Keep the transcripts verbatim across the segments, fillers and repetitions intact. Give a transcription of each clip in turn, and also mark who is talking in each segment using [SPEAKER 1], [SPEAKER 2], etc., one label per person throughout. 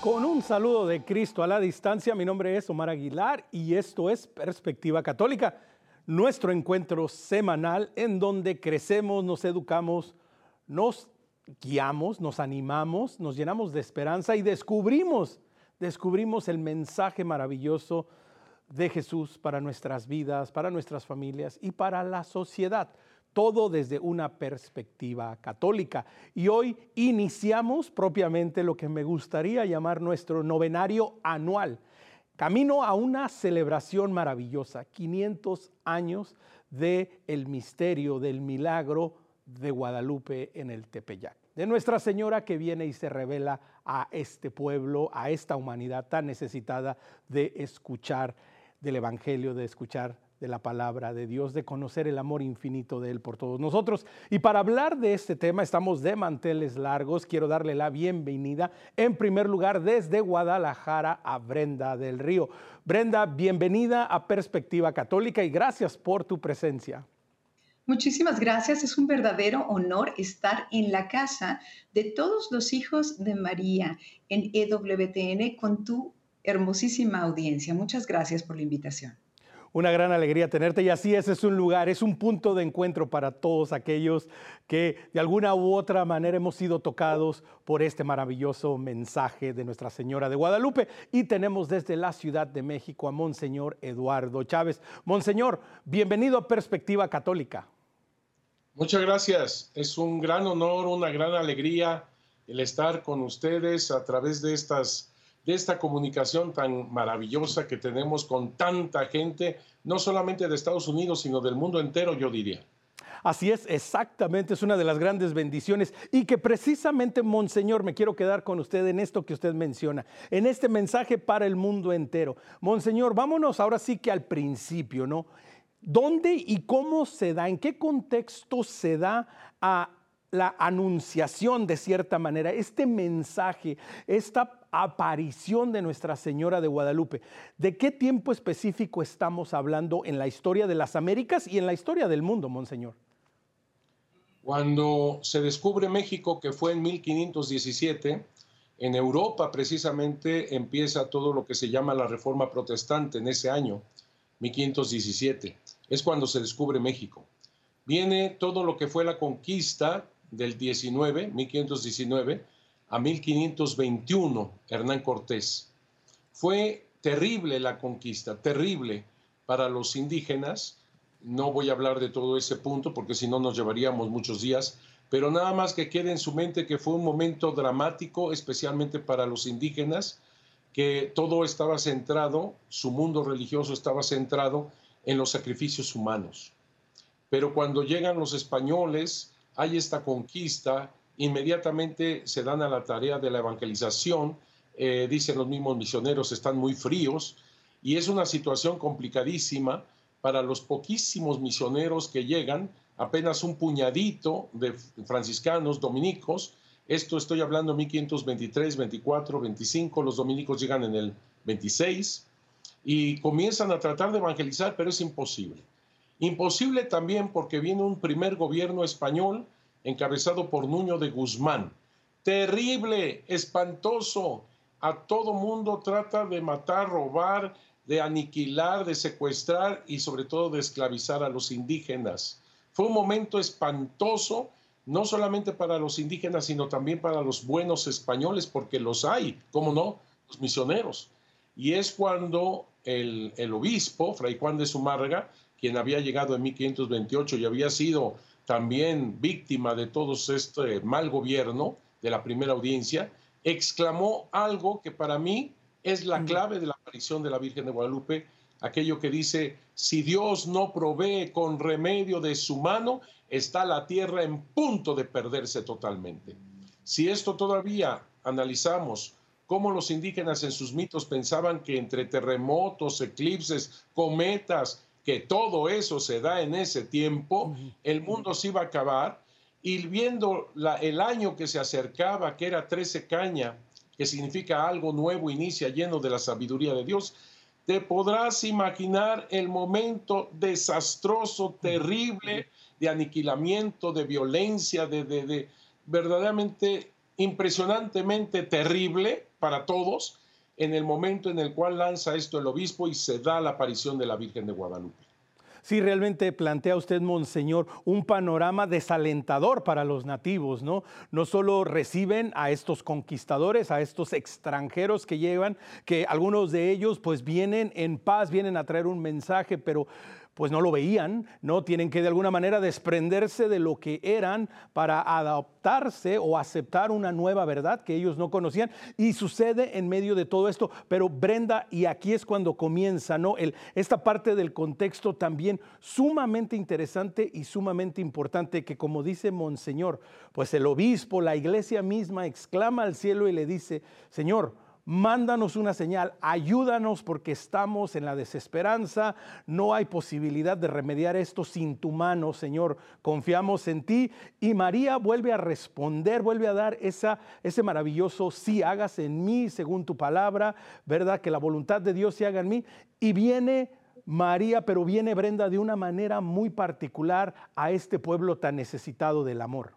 [SPEAKER 1] Con un saludo de Cristo a la distancia, mi nombre es Omar Aguilar y esto es Perspectiva Católica, nuestro encuentro semanal en donde crecemos, nos educamos, nos guiamos, nos animamos, nos llenamos de esperanza y descubrimos, descubrimos el mensaje maravilloso de Jesús para nuestras vidas, para nuestras familias y para la sociedad. Todo desde una perspectiva católica. Y hoy iniciamos propiamente lo que me gustaría llamar nuestro novenario anual, camino a una celebración maravillosa, quinientos años del misterio, del milagro de Guadalupe en el Tepeyac, de Nuestra Señora que viene y se revela a este pueblo, a esta humanidad tan necesitada de escuchar del Evangelio, de escuchar de la palabra de Dios, de conocer el amor infinito de Él por todos nosotros. Y para hablar de este tema, estamos de manteles largos. Quiero darle la bienvenida, en primer lugar, desde Guadalajara, a Brenda del Río. Brenda, bienvenida a Perspectiva Católica y gracias por tu presencia.
[SPEAKER 2] Muchísimas gracias. Es un verdadero honor estar en la casa de todos los hijos de María en E W T N con tu hermosísima audiencia. Muchas gracias por la invitación.
[SPEAKER 1] Una gran alegría tenerte y así es, es un lugar, es un punto de encuentro para todos aquellos que de alguna u otra manera hemos sido tocados por este maravilloso mensaje de Nuestra Señora de Guadalupe. Y tenemos desde la Ciudad de México a Monseñor Eduardo Chávez. Monseñor, bienvenido a Perspectiva Católica.
[SPEAKER 3] Muchas gracias, es un gran honor, una gran alegría el estar con ustedes a través de estas de esta comunicación tan maravillosa que tenemos con tanta gente, no solamente de Estados Unidos, sino del mundo entero, yo diría.
[SPEAKER 1] Así es, exactamente, es una de las grandes bendiciones y que precisamente, Monseñor, me quiero quedar con usted en esto que usted menciona, en este mensaje para el mundo entero. Monseñor, vámonos ahora sí que al principio, ¿no? ¿Dónde y cómo se da, en qué contexto se da a la anunciación de cierta manera, este mensaje, esta aparición de Nuestra Señora de Guadalupe? ¿De qué tiempo específico estamos hablando en la historia de las Américas y en la historia del mundo, Monseñor?
[SPEAKER 3] Cuando se descubre México, que fue en mil quinientos diecisiete, en Europa precisamente empieza todo lo que se llama la Reforma Protestante en ese año, mil quinientos diecisiete. Es cuando se descubre México. Viene todo lo que fue la conquista del diecinueve, mil quinientos diecinueve, a mil quinientos veintiuno, Hernán Cortés. Fue terrible la conquista, terrible para los indígenas. No voy a hablar de todo ese punto porque si no nos llevaríamos muchos días, pero nada más que quede en su mente que fue un momento dramático, especialmente para los indígenas, que todo estaba centrado, su mundo religioso estaba centrado en los sacrificios humanos. Pero cuando llegan los españoles, hay esta conquista, inmediatamente se dan a la tarea de la evangelización, eh, dicen los mismos misioneros, están muy fríos, y es una situación complicadísima para los poquísimos misioneros que llegan, apenas un puñadito de franciscanos, dominicos. Esto estoy hablando de mil quinientos veintitrés, veinticuatro, veinticinco, los dominicos llegan en el veintiséis, y comienzan a tratar de evangelizar, pero es imposible. Imposible también porque viene un primer gobierno español encabezado por Nuño de Guzmán. Terrible, espantoso. A todo mundo trata de matar, robar, de aniquilar, de secuestrar y sobre todo de esclavizar a los indígenas. Fue un momento espantoso, no solamente para los indígenas, sino también para los buenos españoles, porque los hay, ¿cómo no? Los misioneros. Y es cuando el, el obispo, Fray Juan de Zumárraga, quien había llegado en mil quinientos veintiocho y había sido también víctima de todo este mal gobierno de la primera audiencia, exclamó algo que para mí es la clave de la aparición de la Virgen de Guadalupe, aquello que dice: si Dios no provee con remedio de su mano, está la tierra en punto de perderse totalmente. Si esto todavía analizamos, cómo los indígenas en sus mitos pensaban que entre terremotos, eclipses, cometas, que todo eso se da en ese tiempo, el mundo se iba a acabar, y viendo la, el año que se acercaba, que era trece caña, que significa algo nuevo inicia, lleno de la sabiduría de Dios, te podrás imaginar el momento desastroso, terrible, de aniquilamiento, de violencia, de, de, de verdaderamente impresionantemente terrible para todos en el momento en el cual lanza esto el obispo y se da la aparición de la Virgen de Guadalupe.
[SPEAKER 1] Sí, realmente plantea usted, monseñor, un panorama desalentador para los nativos, ¿no? No solo reciben a estos conquistadores, a estos extranjeros que llevan, que algunos de ellos pues vienen en paz, vienen a traer un mensaje, pero pues no lo veían, ¿no? Tienen que de alguna manera desprenderse de lo que eran para adaptarse o aceptar una nueva verdad que ellos no conocían. Y sucede en medio de todo esto. Pero Brenda, y aquí es cuando comienza, ¿no? El, esta parte del contexto también sumamente interesante y sumamente importante, que como dice Monseñor, pues el obispo, la iglesia misma exclama al cielo y le dice: Señor, mándanos una señal, ayúdanos porque estamos en la desesperanza, no hay posibilidad de remediar esto sin tu mano, Señor, confiamos en ti. Y María vuelve a responder, vuelve a dar esa, ese maravilloso sí, hágase en mí según tu palabra, ¿verdad? Que la voluntad de Dios se haga en mí. Y viene María, pero viene Brenda de una manera muy particular a este pueblo tan necesitado del amor.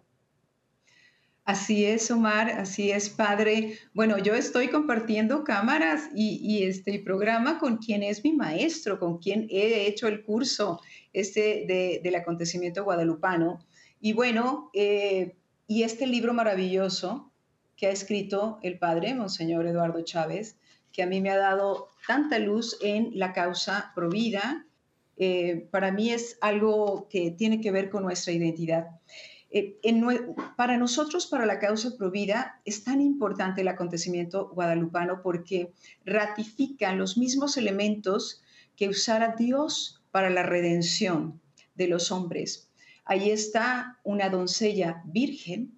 [SPEAKER 2] Así es, Omar, así es, padre. Bueno, yo estoy compartiendo cámaras y, y este programa con quien es mi maestro, con quien he hecho el curso este de, del acontecimiento guadalupano. Y bueno, eh, y este libro maravilloso que ha escrito el padre, Monseñor Eduardo Chávez, que a mí me ha dado tanta luz en la causa Provida, eh, para mí es algo que tiene que ver con nuestra identidad. Eh, en, para nosotros, para la causa Provida, es tan importante el acontecimiento guadalupano porque ratifica los mismos elementos que usara Dios para la redención de los hombres. Ahí está una doncella virgen,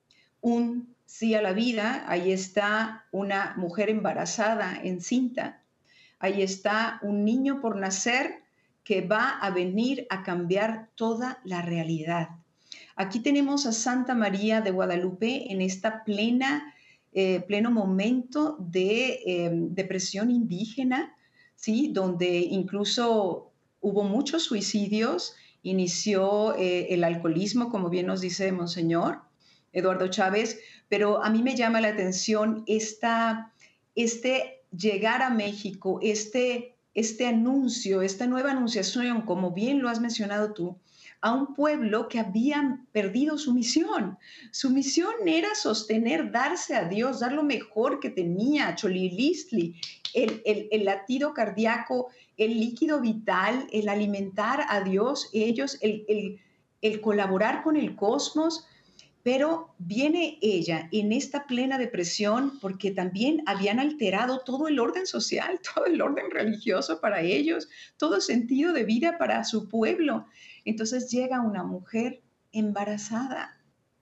[SPEAKER 2] un sí a la vida, ahí está una mujer embarazada, encinta, ahí está un niño por nacer que va a venir a cambiar toda la realidad. Aquí tenemos a Santa María de Guadalupe en esta plena, eh, pleno momento de eh, depresión indígena, ¿sí? Donde incluso hubo muchos suicidios, inició eh, el alcoholismo, como bien nos dice Monseñor Eduardo Chávez, pero a mí me llama la atención esta, este llegar a México, este, este anuncio, esta nueva anunciación, como bien lo has mencionado tú, a un pueblo que habían perdido su misión. Su misión era sostener, darse a Dios, dar lo mejor que tenía, Cholilistli, el, el, el latido cardíaco, el líquido vital, el alimentar a Dios, ellos, el, el, el colaborar con el cosmos. Pero viene ella en esta plena depresión porque también habían alterado todo el orden social, todo el orden religioso para ellos, todo sentido de vida para su pueblo. Entonces llega una mujer embarazada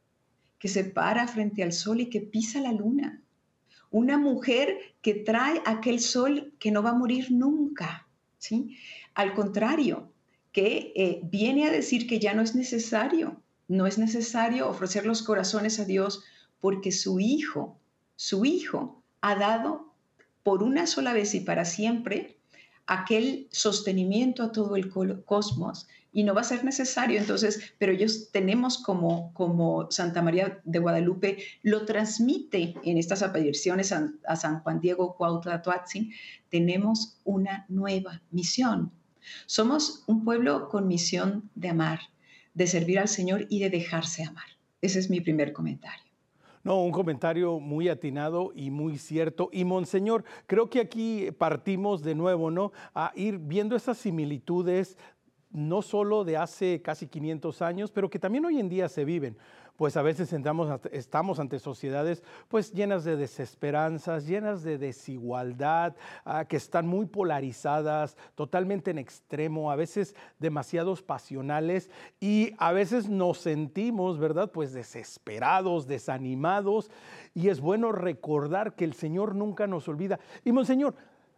[SPEAKER 2] que se para frente al sol y que pisa la luna. Una mujer que trae aquel sol que no va a morir nunca, ¿sí? Al contrario, que eh, viene a decir que ya no es necesario, no es necesario ofrecer los corazones a Dios porque su Hijo, su Hijo ha dado por una sola vez y para siempre aquel sostenimiento a todo el cosmos y no va a ser necesario. Entonces, pero ellos tenemos como, como Santa María de Guadalupe lo transmite en estas apariciones a, a San Juan Diego Cuautla Toatzin, tenemos una nueva misión. Somos un pueblo con misión de amar, de servir al Señor y de dejarse amar. Ese es mi primer comentario.
[SPEAKER 1] No, un comentario muy atinado y muy cierto. Y Monseñor, creo que aquí partimos de nuevo, ¿no? A ir viendo esas similitudes, no solo de hace casi quinientos años, pero que también hoy en día se viven. Pues a veces entramos, estamos ante sociedades pues llenas de desesperanzas, llenas de desigualdad, uh, que están muy polarizadas, totalmente en extremo, a veces demasiados pasionales y a veces nos sentimos, ¿verdad? Pues desesperados, desanimados, y es bueno recordar que el Señor nunca nos olvida. Y Monseñor,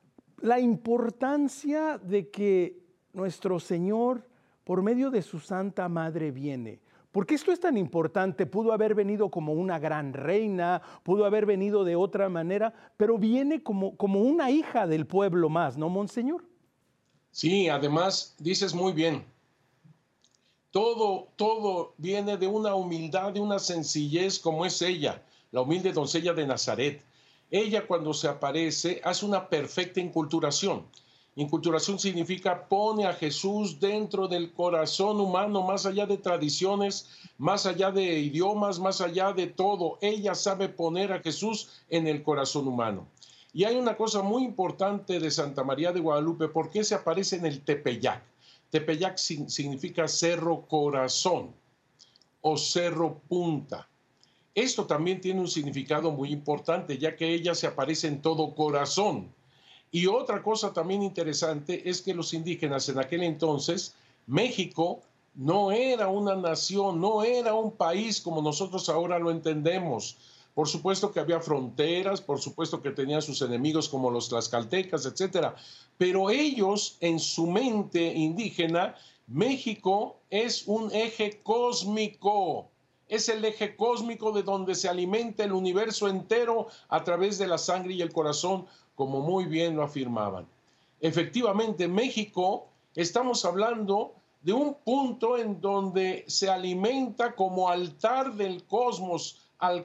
[SPEAKER 1] la importancia de que nuestro Señor, por medio de su Santa Madre, viene. ¿Por qué esto es tan importante? Pudo haber venido como una gran reina, pudo haber venido de otra manera, pero viene como, como una hija del pueblo más, ¿no, Monseñor?
[SPEAKER 3] Sí, además, dices muy bien, todo, todo viene de una humildad, de una sencillez como es ella, la humilde doncella de Nazaret. Ella cuando se aparece hace una perfecta inculturación. Inculturación significa pone a Jesús dentro del corazón humano, más allá de tradiciones, más allá de idiomas, más allá de todo. Ella sabe poner a Jesús en el corazón humano. Y hay una cosa muy importante de Santa María de Guadalupe, ¿por qué se aparece en el Tepeyac? Tepeyac significa cerro corazón o cerro punta. Esto también tiene un significado muy importante, ya que ella se aparece en todo corazón. Y otra cosa también interesante es que los indígenas en aquel entonces, México no era una nación, no era un país como nosotros ahora lo entendemos. Por supuesto que había fronteras, por supuesto que tenían sus enemigos como los tlaxcaltecas, etcétera. Pero ellos, en su mente indígena, México es un eje cósmico. Es el eje cósmico de donde se alimenta el universo entero a través de la sangre y el corazón, como muy bien lo afirmaban. Efectivamente, México, estamos hablando de un punto en donde se alimenta como altar del cosmos,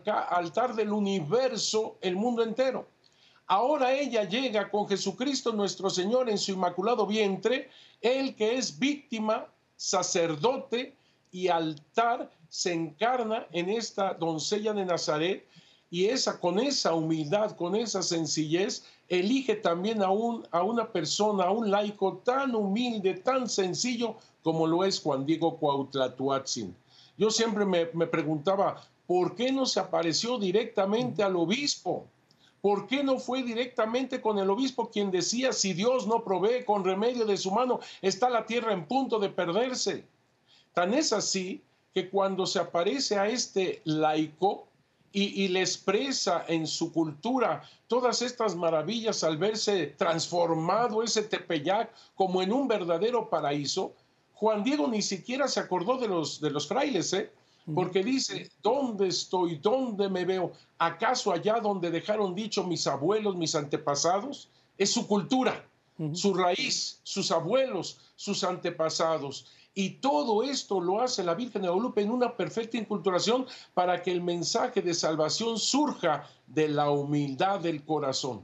[SPEAKER 3] altar del universo, el mundo entero. Ahora ella llega con Jesucristo nuestro Señor en su inmaculado vientre, el que es víctima, sacerdote y altar, se encarna en esta doncella de Nazaret, y esa, con esa humildad, con esa sencillez, elige también a, un, a una persona, a un laico tan humilde, tan sencillo como lo es Juan Diego Cuauhtlatoatzin. Yo siempre me, me preguntaba, ¿por qué no se apareció directamente al obispo? ¿Por qué no fue directamente con el obispo quien decía, si Dios no provee con remedio de su mano, está la tierra en punto de perderse? Tan es así que cuando se aparece a este laico, Y, y le expresa en su cultura todas estas maravillas al verse transformado ese Tepeyac como en un verdadero paraíso, Juan Diego ni siquiera se acordó de los, de los frailes, ¿eh? Porque dice, ¿dónde estoy? ¿Dónde me veo? ¿Acaso allá donde dejaron dicho mis abuelos, mis antepasados? Es su cultura, uh-huh. su raíz, sus abuelos, sus antepasados. Y todo esto lo hace la Virgen de Guadalupe en una perfecta inculturación para que el mensaje de salvación surja de la humildad del corazón.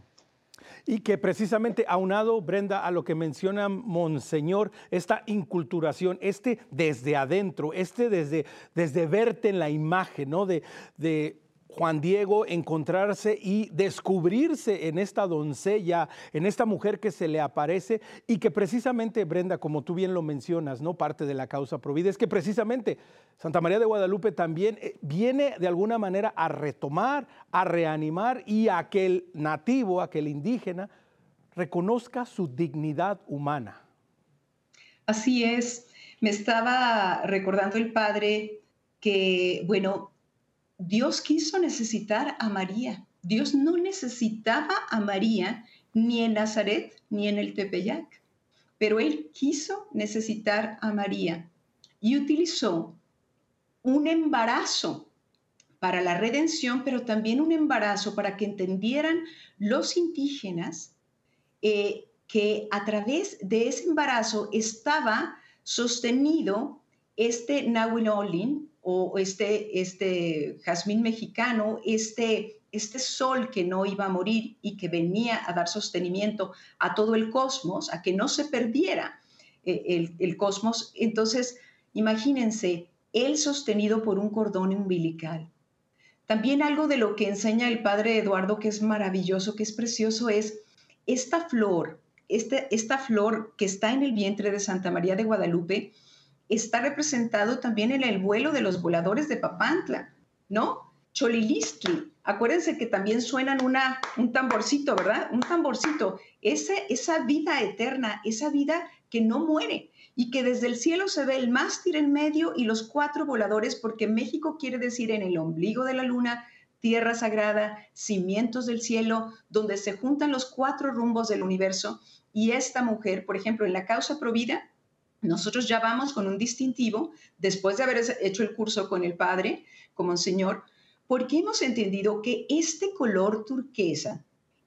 [SPEAKER 1] Y que precisamente aunado, Brenda, a lo que menciona Monseñor, esta inculturación, este desde adentro, este desde, desde verte en la imagen, ¿no? De, de Juan Diego encontrarse y descubrirse en esta doncella, en esta mujer que se le aparece y que precisamente, Brenda, como tú bien lo mencionas, ¿no? Parte de la causa Provida es que precisamente Santa María de Guadalupe también viene de alguna manera a retomar, a reanimar y a que el nativo, a que el indígena reconozca su dignidad humana.
[SPEAKER 2] Así es. Me estaba recordando el padre que, bueno, Dios quiso necesitar a María. Dios no necesitaba a María ni en Nazaret ni en el Tepeyac, pero Él quiso necesitar a María y utilizó un embarazo para la redención, pero también un embarazo para que entendieran los indígenas eh, que a través de ese embarazo estaba sostenido este Nahuilolin, o este, este jazmín mexicano, este, este sol que no iba a morir y que venía a dar sostenimiento a todo el cosmos, a que no se perdiera eh, el, el cosmos. Entonces, imagínense, él sostenido por un cordón umbilical. También algo de lo que enseña el padre Eduardo, que es maravilloso, que es precioso, es esta flor, este, esta flor que está en el vientre de Santa María de Guadalupe, está representado también en el vuelo de los voladores de Papantla, ¿no? Cholilistli, acuérdense que también suenan una, un tamborcito, ¿verdad? Un tamborcito, Ese, esa vida eterna, esa vida que no muere y que desde el cielo se ve el mástil en medio y los cuatro voladores, porque México quiere decir en el ombligo de la luna, tierra sagrada, cimientos del cielo, donde se juntan los cuatro rumbos del universo. Y esta mujer, por ejemplo, en la causa Provida, nosotros ya vamos con un distintivo, después de haber hecho el curso con el padre, con Monseñor, porque hemos entendido que este color turquesa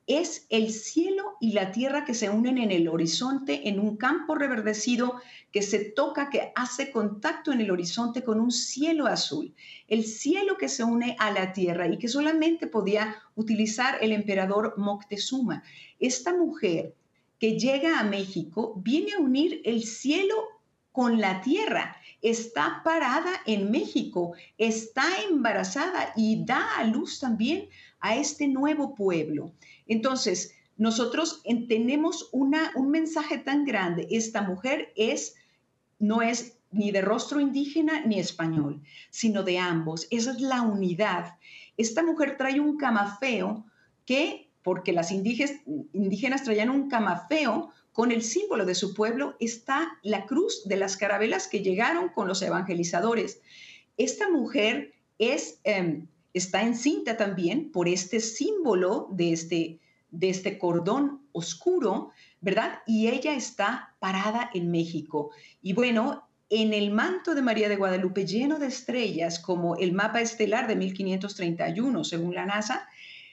[SPEAKER 2] Es el cielo y la tierra que se unen en el horizonte, en un campo reverdecido que se toca, que hace contacto en el horizonte con un cielo azul. El cielo que se une a la tierra y que solamente podía utilizar el emperador Moctezuma. Esta mujer que llega a México viene a unir el cielo con la tierra. Está parada en México, está embarazada y da a luz también a este nuevo pueblo. Entonces, nosotros tenemos una, un mensaje tan grande. Esta mujer es, no es ni de rostro indígena ni español, sino de ambos. Esa es la unidad. Esta mujer trae un camafeo que, porque las indígenas, indígenas traían un camafeo con el símbolo de su pueblo, está la cruz de las carabelas que llegaron con los evangelizadores. Esta mujer es... Eh, está encinta también por este símbolo de este, de este cordón oscuro, ¿verdad? Y ella está parada en México. Y bueno, en el manto de María de Guadalupe, lleno de estrellas, como el mapa estelar de mil quinientos treinta y uno, según la NASA,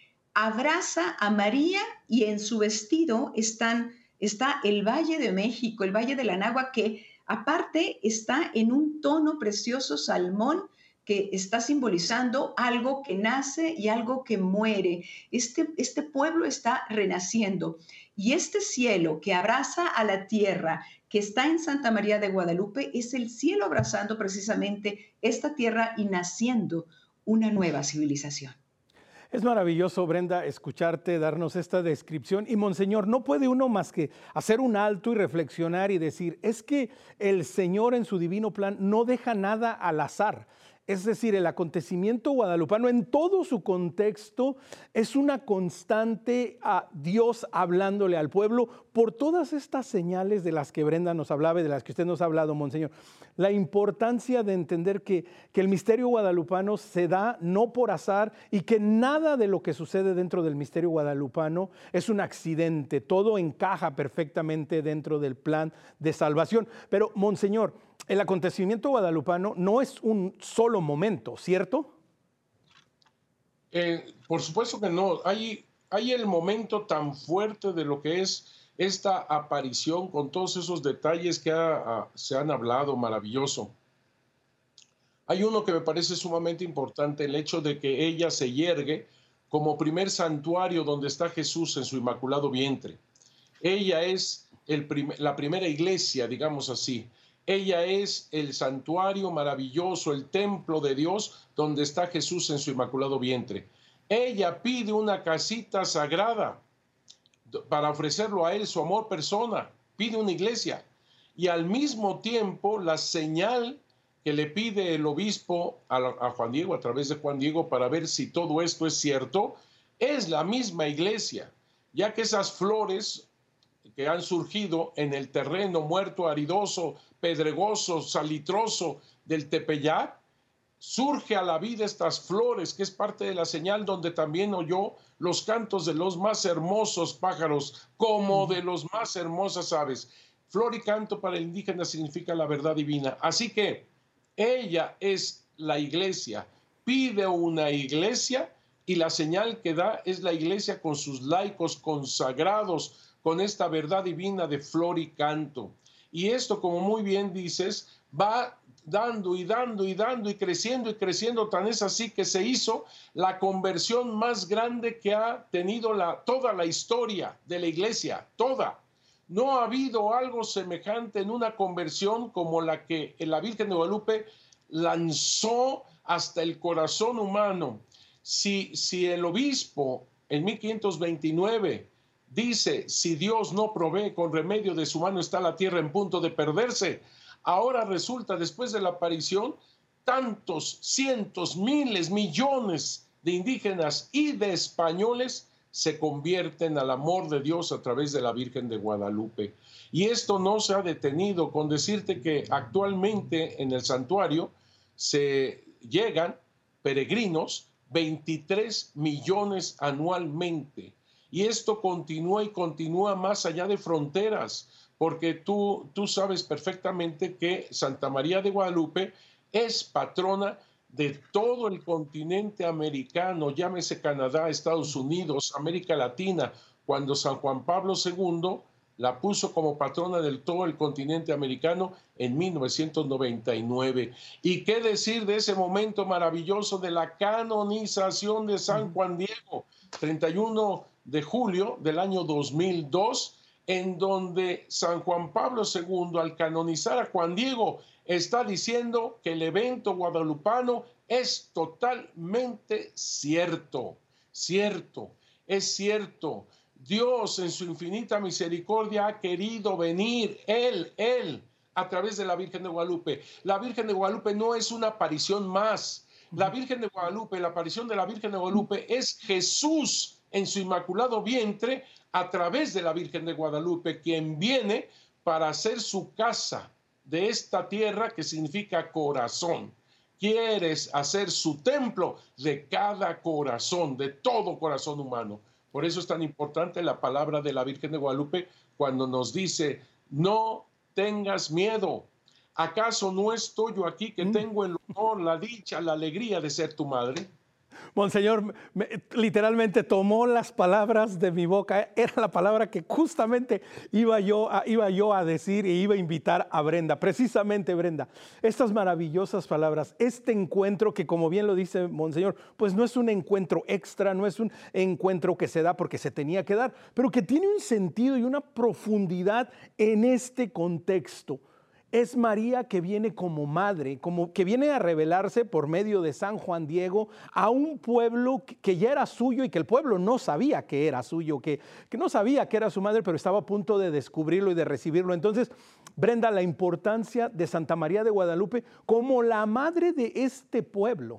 [SPEAKER 2] abraza a María y en su vestido están, está el Valle de México, el Valle de la Anáhuac, que aparte está en un tono precioso salmón, que está simbolizando algo que nace y algo que muere. Este, este pueblo está renaciendo. Y este cielo que abraza a la tierra, que está en Santa María de Guadalupe, es el cielo abrazando precisamente esta tierra y naciendo una nueva civilización.
[SPEAKER 1] Es maravilloso, Brenda, escucharte, darnos esta descripción. Y, Monseñor, no puede uno más que hacer un alto y reflexionar y decir, es que el Señor en su divino plan no deja nada al azar. Es decir, el acontecimiento guadalupano en todo su contexto es una constante a Dios hablándole al pueblo por todas estas señales de las que Brenda nos hablaba y de las que usted nos ha hablado, Monseñor. La importancia de entender que, que el misterio guadalupano se da no por azar y que nada de lo que sucede dentro del misterio guadalupano es un accidente. Todo encaja perfectamente dentro del plan de salvación. Pero, Monseñor, el acontecimiento guadalupano no es un solo momento, ¿cierto?
[SPEAKER 3] Eh, por supuesto que no. Hay, hay el momento tan fuerte de lo que es esta aparición con todos esos detalles que ha, a, se han hablado, maravilloso. Hay uno que me parece sumamente importante, el hecho de que ella se yergue como primer santuario donde está Jesús en su inmaculado vientre. Ella es el prim la primera iglesia, digamos así. Ella es el santuario maravilloso, el templo de Dios, donde está Jesús en su inmaculado vientre. Ella pide una casita sagrada para ofrecerlo a Él, su amor persona. Pide una iglesia. Y al mismo tiempo, la señal que le pide el obispo a, a Juan Diego, a través de Juan Diego, para ver si todo esto es cierto, es la misma iglesia, ya que esas flores que han surgido en el terreno muerto, aridoso, pedregoso, salitroso del Tepeyac, surge a la vida estas flores, que es parte de la señal donde también oyó los cantos de los más hermosos pájaros, como de los más hermosas aves. Flor y canto para el indígena significa la verdad divina. Así que ella es la iglesia, pide una iglesia y la señal que da es la iglesia con sus laicos consagrados, con esta verdad divina de flor y canto. Y esto, como muy bien dices, va dando y dando y dando y creciendo y creciendo, tan es así que se hizo la conversión más grande que ha tenido la, toda la historia de la iglesia, toda. No ha habido algo semejante en una conversión como la que la Virgen de Guadalupe lanzó hasta el corazón humano. Si, si el obispo en mil quinientos veintinueve dice, si Dios no provee, con remedio de su mano está la tierra en punto de perderse. Ahora resulta, después de la aparición, tantos, cientos, miles, millones de indígenas y de españoles se convierten al amor de Dios a través de la Virgen de Guadalupe. Y esto no se ha detenido, con decirte que actualmente en el santuario se llegan peregrinos, veintitrés millones anualmente. Y esto continúa y continúa más allá de fronteras, porque tú, tú sabes perfectamente que Santa María de Guadalupe es patrona de todo el continente americano, llámese Canadá, Estados Unidos, América Latina, cuando San Juan Pablo segundo la puso como patrona de todo el continente americano en mil novecientos noventa y nueve. ¿Y qué decir de ese momento maravilloso de la canonización de San Juan Diego, treinta y uno de julio del año dos mil dos, en donde San Juan Pablo segundo, al canonizar a Juan Diego, está diciendo que el evento guadalupano es totalmente cierto, cierto, es cierto. Dios en su infinita misericordia ha querido venir, Él, Él, a través de la Virgen de Guadalupe. La Virgen de Guadalupe no es una aparición más. La Virgen de Guadalupe, la aparición de la Virgen de Guadalupe es Jesús en su inmaculado vientre a través de la Virgen de Guadalupe, quien viene para hacer su casa de esta tierra, que significa corazón. Quieres hacer su templo de cada corazón, de todo corazón humano. Por eso es tan importante la palabra de la Virgen de Guadalupe cuando nos dice: no tengas miedo. ¿Acaso no estoy yo aquí que tengo el honor, la dicha, la alegría de ser tu madre?
[SPEAKER 1] Monseñor, me, literalmente tomó las palabras de mi boca. Era la palabra que justamente iba yo, a, iba yo a decir e iba a invitar a Brenda. Precisamente, Brenda, estas maravillosas palabras, este encuentro que, como bien lo dice Monseñor, pues no es un encuentro extra, no es un encuentro que se da porque se tenía que dar, pero que tiene un sentido y una profundidad en este contexto. Es María que viene como madre, como que viene a revelarse por medio de San Juan Diego a un pueblo que ya era suyo y que el pueblo no sabía que era suyo, que, que no sabía que era su madre, pero estaba a punto de descubrirlo y de recibirlo. Entonces, Brenda, la importancia de Santa María de Guadalupe como la madre de este pueblo.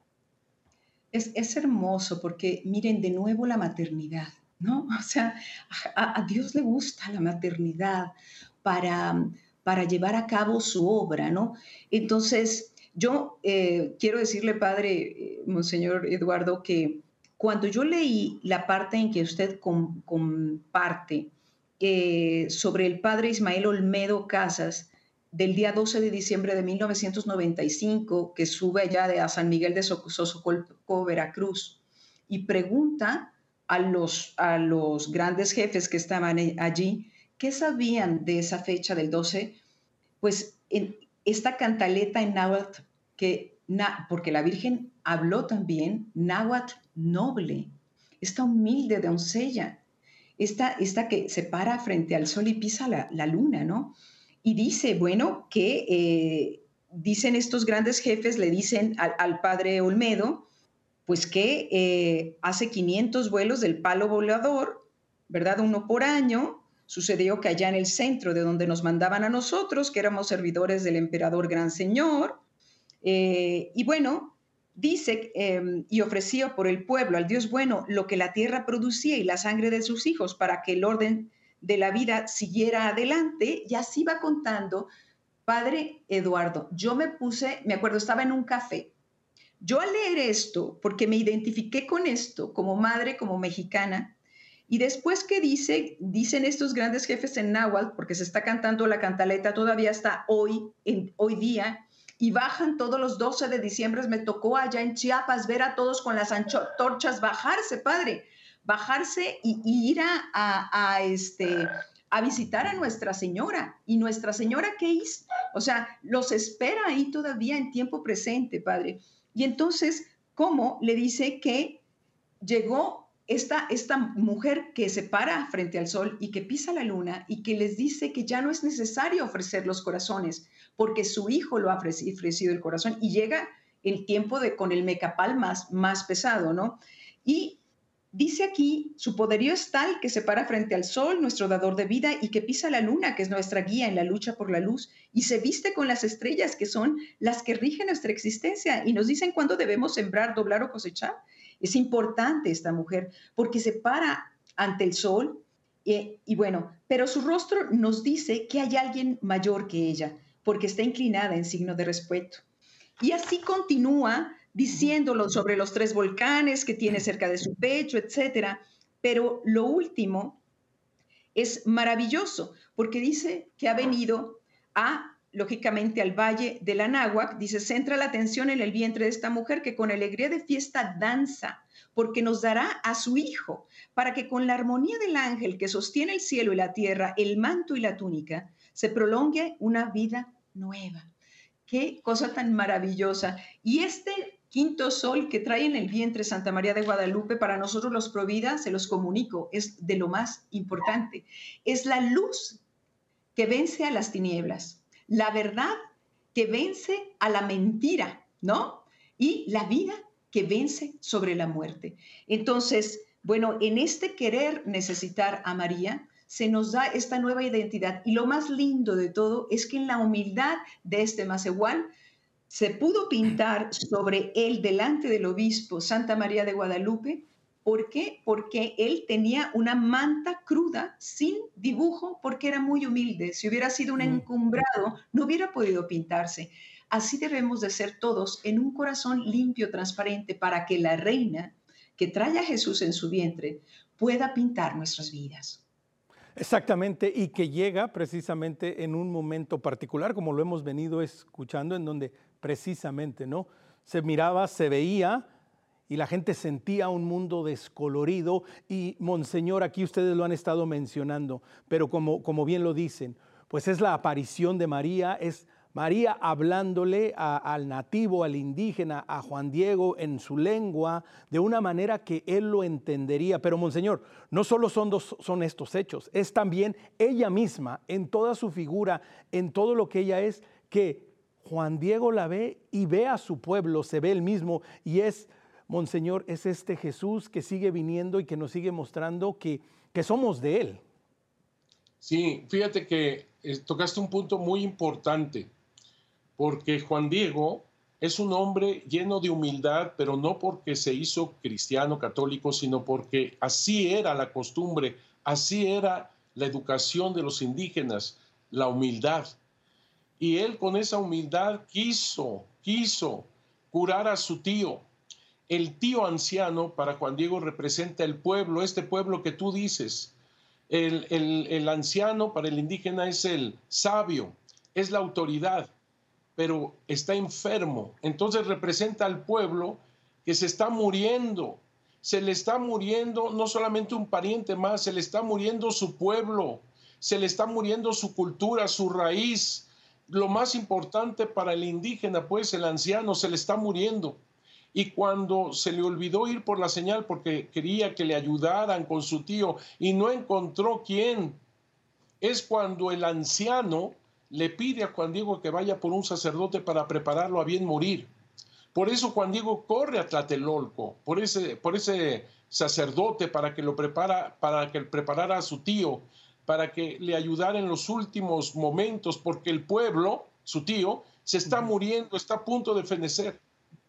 [SPEAKER 2] Es, es hermoso porque miren de nuevo la maternidad, ¿no? O sea, a, a Dios le gusta la maternidad para... para llevar a cabo su obra, ¿no? Entonces, yo eh, quiero decirle, padre, eh, Monseñor Eduardo, que cuando yo leí la parte en que usted com comparte eh, sobre el padre Ismael Olmedo Casas, del día doce de diciembre de mil novecientos noventa y cinco, que sube allá de a San Miguel de Socosolco, Veracruz, y pregunta a los, a los grandes jefes que estaban allí, ¿qué sabían de esa fecha del doce? Pues en esta cantaleta en náhuatl, que, na, porque la Virgen habló también náhuatl noble, esta humilde doncella, esta, esta que se para frente al sol y pisa la, la luna, ¿no? Y dice, bueno, que eh, dicen estos grandes jefes, le dicen al, al padre Olmedo, pues que eh, hace quinientos vuelos del palo volador, ¿verdad? Uno por año. Sucedió que allá en el centro de donde nos mandaban a nosotros, que éramos servidores del emperador Gran Señor, eh, y bueno, dice, eh, y ofrecía por el pueblo al Dios bueno lo que la tierra producía y la sangre de sus hijos para que el orden de la vida siguiera adelante, y así va contando. Padre Eduardo, yo me puse, me acuerdo, estaba en un café. Yo al leer esto, porque me identifiqué con esto como madre, como mexicana, y después que dice, dicen estos grandes jefes en náhuatl, porque se está cantando la cantaleta todavía hasta hoy, en, hoy día, y bajan todos los doce de diciembre. Me tocó allá en Chiapas ver a todos con las antorchas bajarse, padre, bajarse y, y ir a, a, a, este, a visitar a Nuestra Señora. ¿Y Nuestra Señora qué hizo? O sea, los espera ahí todavía en tiempo presente, padre. Y entonces, ¿cómo le dice que llegó Esta, esta mujer que se para frente al sol y que pisa la luna y que les dice que ya no es necesario ofrecer los corazones porque su hijo lo ha ofrecido el corazón, y llega el tiempo de con el mecapal más, más pesado, ¿no? Y dice aquí, su poderío es tal que se para frente al sol, nuestro dador de vida, y que pisa la luna, que es nuestra guía en la lucha por la luz, y se viste con las estrellas, que son las que rigen nuestra existencia y nos dicen cuándo debemos sembrar, doblar o cosechar. Es importante esta mujer porque se para ante el sol y, y bueno, pero su rostro nos dice que hay alguien mayor que ella porque está inclinada en signo de respeto. Y así continúa diciéndolo sobre los tres volcanes que tiene cerca de su pecho, etcétera. Pero lo último es maravilloso porque dice que ha venido a lógicamente al valle del Anáhuac, dice, centra la atención en el vientre de esta mujer que con alegría de fiesta danza, porque nos dará a su hijo, para que con la armonía del ángel que sostiene el cielo y la tierra, el manto y la túnica, se prolongue una vida nueva. Qué cosa tan maravillosa. Y este quinto sol que trae en el vientre Santa María de Guadalupe, para nosotros los Provida, se los comunico, es de lo más importante. Es la luz que vence a las tinieblas, la verdad que vence a la mentira, ¿no? Y la vida que vence sobre la muerte. Entonces, bueno, en este querer necesitar a María, se nos da esta nueva identidad. Y lo más lindo de todo es que en la humildad de este Macehual se pudo pintar sobre él delante del obispo Santa María de Guadalupe. ¿Por qué? Porque él tenía una manta cruda, sin dibujo, porque era muy humilde. Si hubiera sido un encumbrado, no hubiera podido pintarse. Así debemos de ser todos, en un corazón limpio, transparente, para que la reina que trae a Jesús en su vientre pueda pintar nuestras vidas.
[SPEAKER 1] Exactamente, y que llega precisamente en un momento particular, como lo hemos venido escuchando, en donde precisamente, ¿no?, se miraba, se veía, y la gente sentía un mundo descolorido. Y Monseñor, aquí ustedes lo han estado mencionando, pero como, como bien lo dicen, pues es la aparición de María, es María hablándole a, al nativo, al indígena, a Juan Diego en su lengua, de una manera que él lo entendería. Pero Monseñor, no solo son, dos, son estos hechos, es también ella misma, en toda su figura, en todo lo que ella es, que Juan Diego la ve y ve a su pueblo, se ve él mismo, y es, Monseñor, es este Jesús que sigue viniendo y que nos sigue mostrando que, que somos de él.
[SPEAKER 3] Sí, fíjate que eh, tocaste un punto muy importante, porque Juan Diego es un hombre lleno de humildad, pero no porque se hizo cristiano católico, sino porque así era la costumbre, así era la educación de los indígenas, la humildad. Y él con esa humildad quiso, quiso curar a su tío. El tío anciano para Juan Diego representa el pueblo, este pueblo que tú dices. El, el, el anciano para el indígena es el sabio, es la autoridad, pero está enfermo. Entonces representa al pueblo que se está muriendo. Se le está muriendo no solamente un pariente más, se le está muriendo su pueblo, se le está muriendo su cultura, su raíz. Lo más importante para el indígena, pues el anciano, se le está muriendo. Y cuando se le olvidó ir por la señal porque quería que le ayudaran con su tío y no encontró quién, es cuando el anciano le pide a Juan Diego que vaya por un sacerdote para prepararlo a bien morir. Por eso Juan Diego corre a Tlatelolco, por ese, por ese sacerdote para que lo prepara, para que preparara a su tío, para que le ayudara en los últimos momentos, porque el pueblo, su tío, se está muriendo, está a punto de fenecer.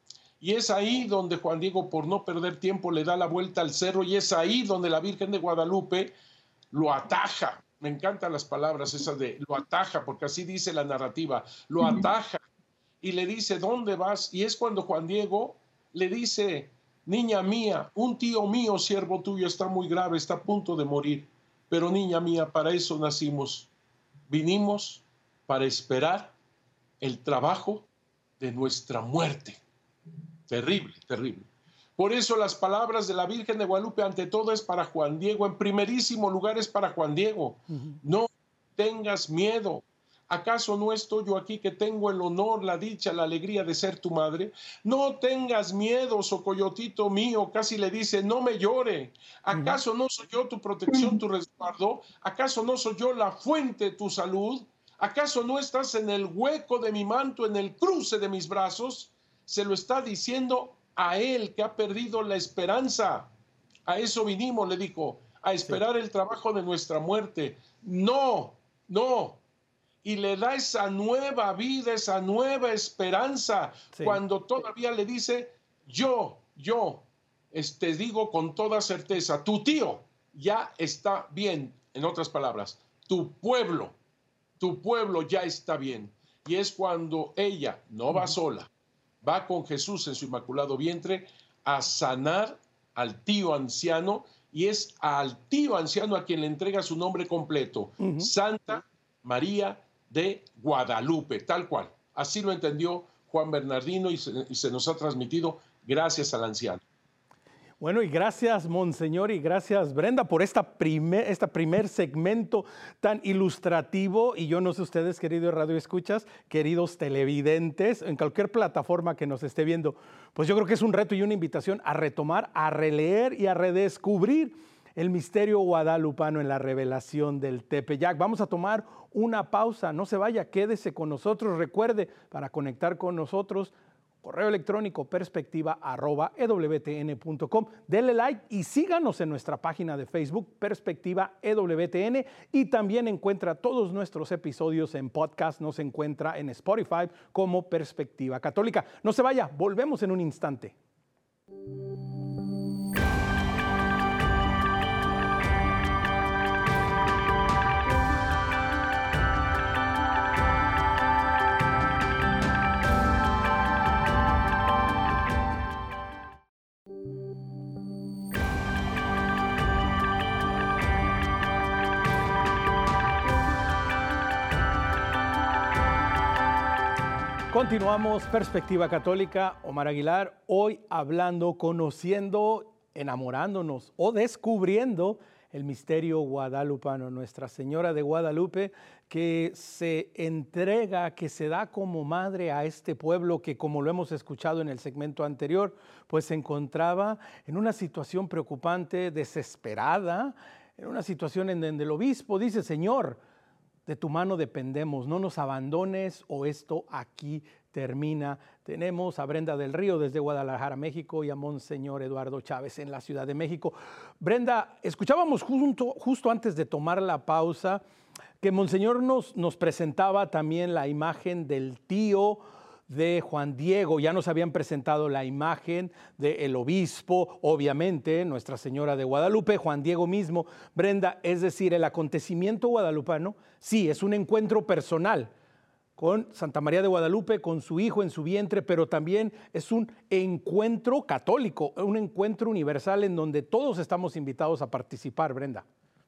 [SPEAKER 3] Y es ahí donde Juan Diego, por no perder tiempo, le da la vuelta al cerro, y es ahí donde la Virgen de Guadalupe lo ataja. Me encantan las palabras esas de lo ataja, porque así dice la narrativa, lo ataja y le dice, ¿dónde vas? Y es cuando Juan Diego le dice, niña mía, un tío mío, siervo tuyo, está muy grave, está a punto de morir, pero niña mía, para eso nacimos, vinimos para esperar el trabajo de nuestra muerte. Terrible, terrible. Por eso las palabras de la Virgen de Guadalupe ante todo es para Juan Diego, en primerísimo lugar es para Juan Diego. Uh-huh. No tengas miedo. ¿Acaso no estoy yo aquí que tengo el honor, la dicha, la alegría de ser tu madre? No tengas miedo, socoyotito mío, casi le dice, no me llore. ¿Acaso no soy yo tu protección, tu resguardo? ¿Acaso no soy yo la fuente de tu salud? ¿Acaso no estás en el hueco de mi manto, en el cruce de mis brazos? Se lo está diciendo a él que ha perdido la esperanza. A eso vinimos, le dijo, a esperar sí. el trabajo de nuestra muerte. No, no. Y le da esa nueva vida, esa nueva esperanza, sí. cuando todavía le dice, yo, yo, te digo con toda certeza, tu tío ya está bien. En otras palabras, tu pueblo, tu pueblo ya está bien. Y es cuando ella no va sola, va con Jesús en su inmaculado vientre a sanar al tío anciano, y es al tío anciano a quien le entrega su nombre completo, uh-huh. Santa María de Guadalupe, tal cual. Así lo entendió Juan Bernardino y se, y se nos ha transmitido gracias al anciano.
[SPEAKER 1] Bueno, y gracias, Monseñor, y gracias, Brenda, por esta primer, esta primer segmento tan ilustrativo. Y yo no sé ustedes, queridos radioescuchas, queridos televidentes, en cualquier plataforma que nos esté viendo, pues yo creo que es un reto y una invitación a retomar, a releer y a redescubrir el misterio guadalupano en la revelación del Tepeyac. Vamos a tomar una pausa, no se vaya, quédese con nosotros. Recuerde, para conectar con nosotros, correo electrónico perspectiva arroba e w t n punto com. Denle like y síganos en nuestra página de Facebook, Perspectiva E W T N, y también encuentra todos nuestros episodios en podcast. Nos encuentra en Spotify como Perspectiva Católica. No se vaya, volvemos en un instante. Continuamos Perspectiva Católica. Omar Aguilar, hoy hablando, conociendo, enamorándonos o descubriendo el misterio guadalupano, Nuestra Señora de Guadalupe, que se entrega, que se da como madre a este pueblo que, como lo hemos escuchado en el segmento anterior, pues se encontraba en una situación preocupante, desesperada, en una situación en donde el obispo dice: Señor, de tu mano dependemos, no nos abandones o esto aquí termina. Tenemos a Brenda del Río desde Guadalajara, México, y a Monseñor Eduardo Chávez en la Ciudad de México. Brenda, escuchábamos junto, justo antes de tomar la pausa que Monseñor nos, nos presentaba también la imagen del tío de Juan Diego. Ya nos habían presentado la imagen del obispo, obviamente, Nuestra Señora de Guadalupe, Juan Diego mismo. Brenda, es decir, el acontecimiento guadalupano, sí, es un encuentro personal con Santa María de Guadalupe, con su hijo en su vientre, pero también es un encuentro católico, un encuentro universal en donde todos estamos invitados a participar, Brenda.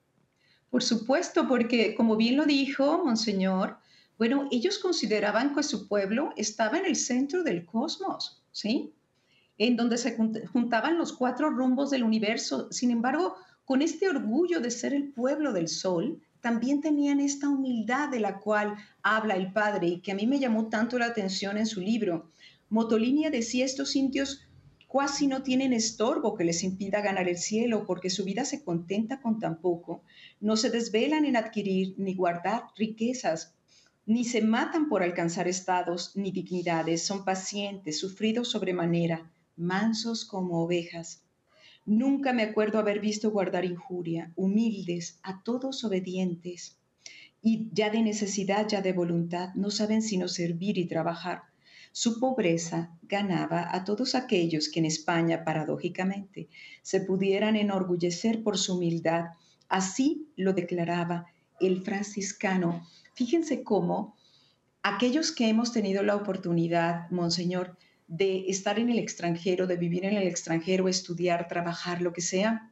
[SPEAKER 2] Por supuesto, porque como bien lo dijo Monseñor, bueno, ellos consideraban que su pueblo estaba en el centro del cosmos, ¿sí? En donde se juntaban los cuatro rumbos del universo. Sin embargo, con este orgullo de ser el pueblo del sol, también tenían esta humildad de la cual habla el Padre y que a mí me llamó tanto la atención en su libro. Motolinia decía: estos indios casi no tienen estorbo que les impida ganar el cielo, porque su vida se contenta con tan poco. No se desvelan en adquirir ni guardar riquezas, ni se matan por alcanzar estados ni dignidades. Son pacientes, sufridos sobremanera, mansos como ovejas. Nunca me acuerdo haber visto guardar injuria, humildes, a todos obedientes. Y ya de necesidad, ya de voluntad, no saben sino servir y trabajar. Su pobreza ganaba a todos aquellos que en España, paradójicamente, se pudieran enorgullecer por su humildad. Así lo declaraba el franciscano. Fíjense cómo aquellos que hemos tenido la oportunidad, Monseñor, de estar en el extranjero, de vivir en el extranjero, estudiar, trabajar, lo que sea,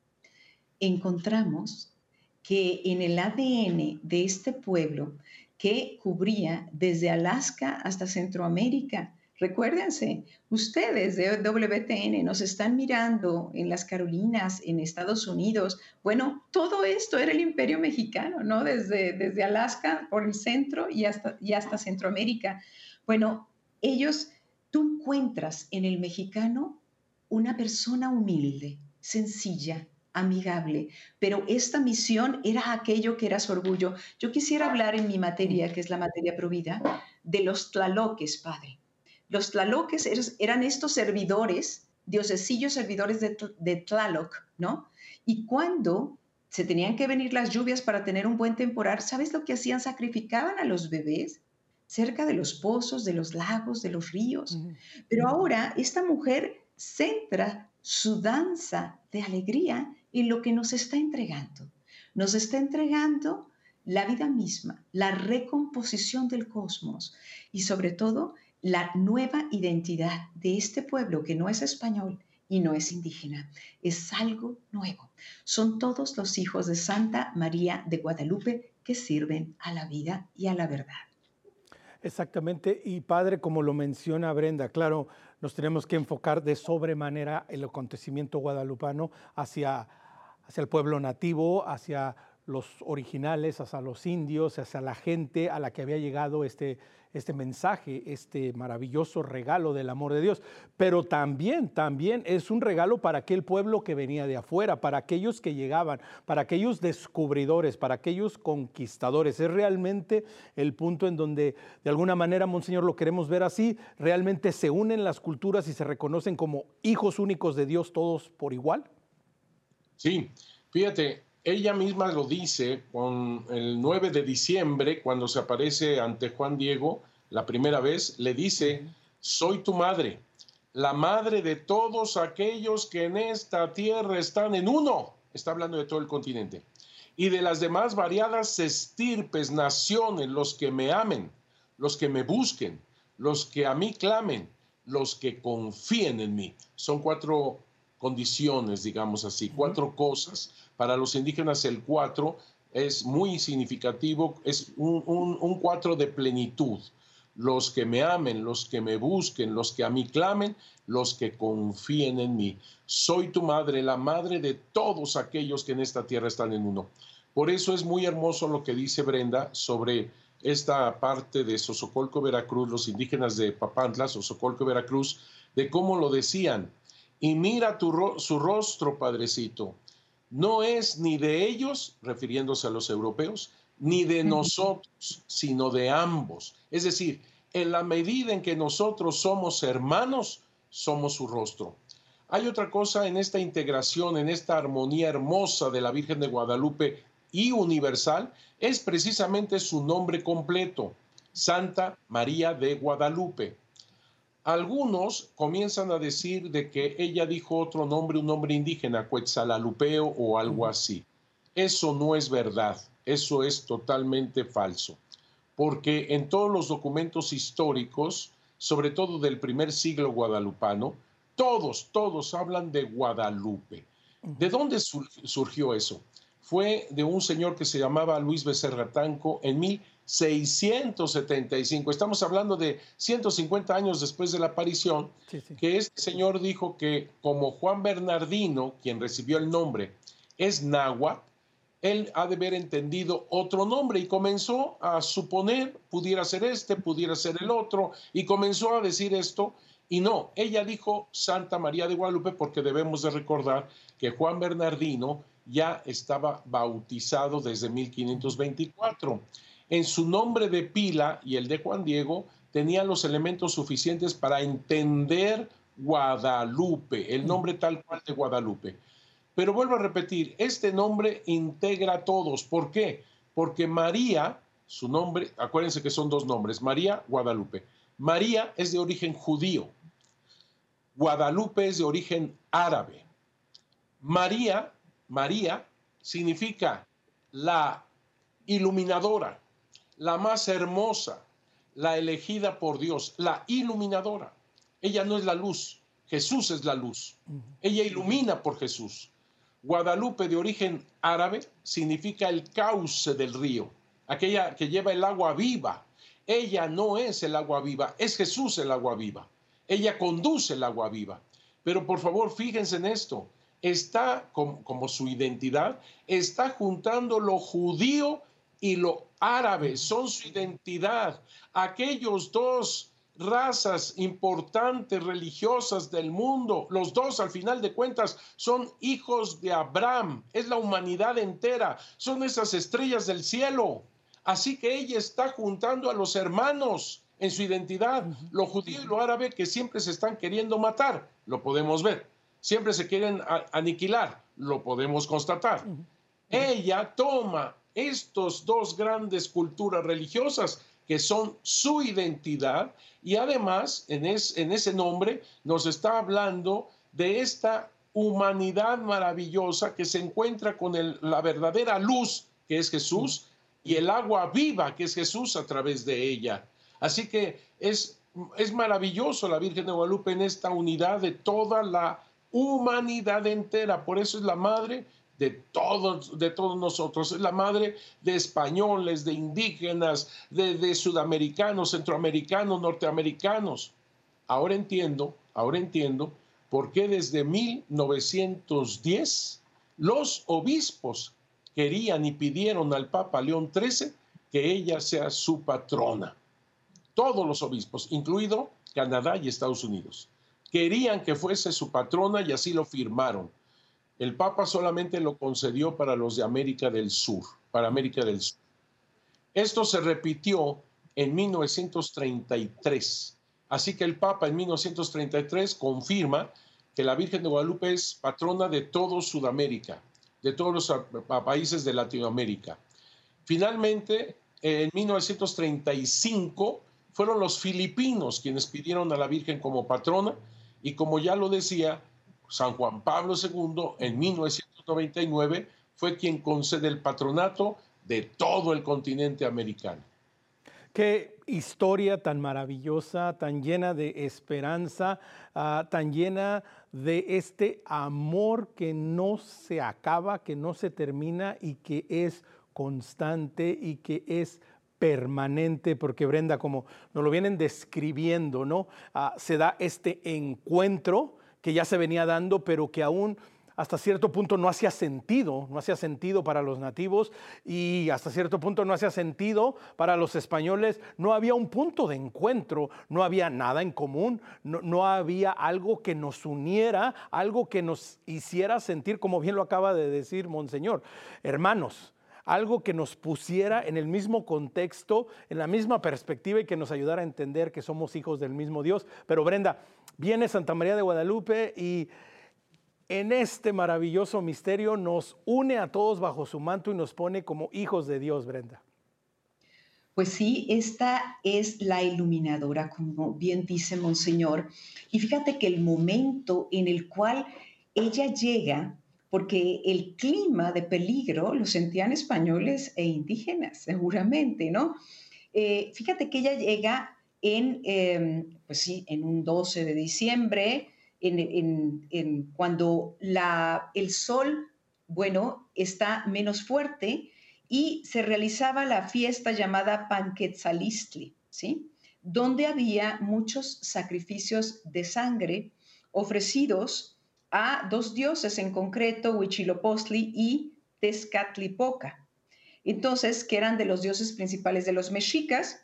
[SPEAKER 2] encontramos que en el A D N de este pueblo, que cubría desde Alaska hasta Centroamérica, recuérdense, ustedes de W T N nos están mirando en las Carolinas, en Estados Unidos. Bueno, todo esto era el Imperio Mexicano, ¿no? Desde, desde Alaska por el centro y hasta, y hasta Centroamérica. Bueno, ellos, tú encuentras en el mexicano una persona humilde, sencilla, amigable, pero esta misión era aquello que era su orgullo. Yo quisiera hablar en mi materia, que es la materia provida, de los tlaloques, Padre. Los tlaloques eran estos servidores, diosesillos servidores de, de Tlaloc, ¿no? Y cuando se tenían que venir las lluvias para tener un buen temporal, ¿sabes lo que hacían? Sacrificaban a los bebés cerca de los pozos, de los lagos, de los ríos. Uh-huh. Pero ahora esta mujer centra su danza de alegría en lo que nos está entregando. Nos está entregando la vida misma, la recomposición del cosmos y sobre todo la nueva identidad de este pueblo que no es español y no es indígena. Es algo nuevo. Son todos los hijos de Santa María de Guadalupe que sirven a la vida y a la verdad.
[SPEAKER 1] Exactamente, y padre, como lo menciona Brenda, claro, nos tenemos que enfocar de sobremanera el acontecimiento guadalupano hacia, hacia el pueblo nativo, hacia los originales, hacia los indios, hacia la gente a la que había llegado este, este mensaje, este maravilloso regalo del amor de Dios. Pero también, también es un regalo para aquel pueblo que venía de afuera, para aquellos que llegaban, para aquellos descubridores, para aquellos conquistadores. Es realmente el punto en donde, de alguna manera, Monseñor, lo queremos ver así, realmente se unen las culturas y se reconocen como hijos únicos de Dios todos por igual.
[SPEAKER 3] Sí, fíjate. Ella misma lo dice con el nueve de diciembre, cuando se aparece ante Juan Diego la primera vez, le dice, soy tu madre, la madre de todos aquellos que en esta tierra están en uno. Está hablando de todo el continente. Y de las demás variadas estirpes, naciones, los que me amen, los que me busquen, los que a mí clamen, los que confíen en mí. Son cuatro condiciones, digamos así, cuatro cosas. Para los indígenas el cuatro es muy significativo, es un, un, un cuatro de plenitud. Los que me amen, los que me busquen, los que a mí clamen, los que confíen en mí. Soy tu madre, la madre de todos aquellos que en esta tierra están en uno. Por eso es muy hermoso lo que dice Brenda sobre esta parte de Sosocolco, Veracruz, los indígenas de Papantla, Sosocolco, Veracruz, de cómo lo decían. Y mira tu ro- su rostro, padrecito. No es ni de ellos, refiriéndose a los europeos, ni de nosotros, sino de ambos. Es decir, en la medida en que nosotros somos hermanos, somos su rostro. Hay otra cosa en esta integración, en esta armonía hermosa de la Virgen de Guadalupe y universal, es precisamente su nombre completo, Santa María de Guadalupe. Algunos comienzan a decir de que ella dijo otro nombre, un nombre indígena, Quetzalalupeo o algo así. Eso no es verdad, eso es totalmente falso, porque en todos los documentos históricos, sobre todo del primer siglo guadalupano, todos, todos hablan de Guadalupe. ¿De dónde surgió eso? Fue de un señor que se llamaba Luis Becerra Tanco en mil seiscientos setenta y cinco. Estamos hablando de ciento cincuenta años después de la aparición, sí, sí. Que este señor dijo que como Juan Bernardino, quien recibió el nombre, es náhuatl, él ha de haber entendido otro nombre y comenzó a suponer, pudiera ser este, pudiera ser el otro, y comenzó a decir esto, y no, ella dijo Santa María de Guadalupe porque debemos de recordar que Juan Bernardino ya estaba bautizado desde mil quinientos veinticuatro. En su nombre de pila y el de Juan Diego tenía los elementos suficientes para entender Guadalupe, el nombre tal cual de Guadalupe. Pero vuelvo a repetir, este nombre integra a todos. ¿Por qué? Porque María, su nombre, acuérdense que son dos nombres, María, Guadalupe. María es de origen judío, Guadalupe es de origen árabe. María, María significa la iluminadora, la más hermosa, la elegida por Dios, la iluminadora. Ella no es la luz, Jesús es la luz. Ella ilumina por Jesús. Guadalupe, de origen árabe, significa el cauce del río, aquella que lleva el agua viva. Ella no es el agua viva, es Jesús el agua viva. Ella conduce el agua viva. Pero por favor, fíjense en esto. Está, como, como su identidad, está juntando lo judío y lo árabe, son su identidad. Aquellos dos razas importantes religiosas del mundo, los dos al final de cuentas son hijos de Abraham, es la humanidad entera, son esas estrellas del cielo. Así que ella está juntando a los hermanos en su identidad, lo judío y lo árabe, que siempre se están queriendo matar, lo podemos ver, siempre se quieren aniquilar, lo podemos constatar. Ella toma estos dos grandes culturas religiosas que son su identidad y además en, es, en ese nombre nos está hablando de esta humanidad maravillosa que se encuentra con el, la verdadera luz que es Jesús y el agua viva que es Jesús a través de ella. Así que es, es maravilloso la Virgen de Guadalupe en esta unidad de toda la humanidad entera. Por eso es la madre de todos, de todos nosotros. Es la madre de españoles, de indígenas, de, de sudamericanos, centroamericanos, norteamericanos. Ahora entiendo, ahora entiendo por qué desde mil novecientos diez los obispos querían y pidieron al Papa León trece que ella sea su patrona. Todos los obispos, incluido Canadá y Estados Unidos, querían que fuese su patrona y así lo firmaron. El Papa solamente lo concedió para los de América del Sur, para América del Sur. Esto se repitió en mil novecientos treinta y tres. Así que el Papa en mil novecientos treinta y tres confirma que la Virgen de Guadalupe es patrona de todo Sudamérica, de todos los países de Latinoamérica. Finalmente, en mil novecientos treinta y cinco, fueron los filipinos quienes pidieron a la Virgen como patrona y, como ya lo decía, San Juan Pablo segundo en mil novecientos noventa y nueve fue quien concede el patronato de todo el continente americano.
[SPEAKER 1] Qué historia tan maravillosa, tan llena de esperanza, uh, tan llena de este amor que no se acaba, que no se termina y que es constante y que es permanente, porque Brenda, como nos lo vienen describiendo, ¿no? Uh, se da este encuentro que ya se venía dando, pero que aún hasta cierto punto no hacía sentido, no hacía sentido para los nativos y hasta cierto punto no hacía sentido para los españoles. No había un punto de encuentro, no había nada en común, no, no había algo que nos uniera, algo que nos hiciera sentir, como bien lo acaba de decir Monseñor, hermanos, algo que nos pusiera en el mismo contexto, en la misma perspectiva y que nos ayudara a entender que somos hijos del mismo Dios. Pero Brenda, viene Santa María de Guadalupe y en este maravilloso misterio nos une a todos bajo su manto y nos pone como hijos de Dios, Brenda.
[SPEAKER 2] Pues sí, esta es la iluminadora, como bien dice Monseñor. Y fíjate que el momento en el cual ella llega, porque el clima de peligro lo sentían españoles e indígenas, seguramente, ¿no? Eh, fíjate que ella llega en, eh, pues sí, en un doce de diciembre, En, en, en cuando la, el sol, bueno, está menos fuerte y se realizaba la fiesta llamada Panquetzalistli, ¿sí? Donde había muchos sacrificios de sangre ofrecidos a dos dioses en concreto, Huitzilopochtli y Tezcatlipoca. Entonces, que eran de los dioses principales de los mexicas,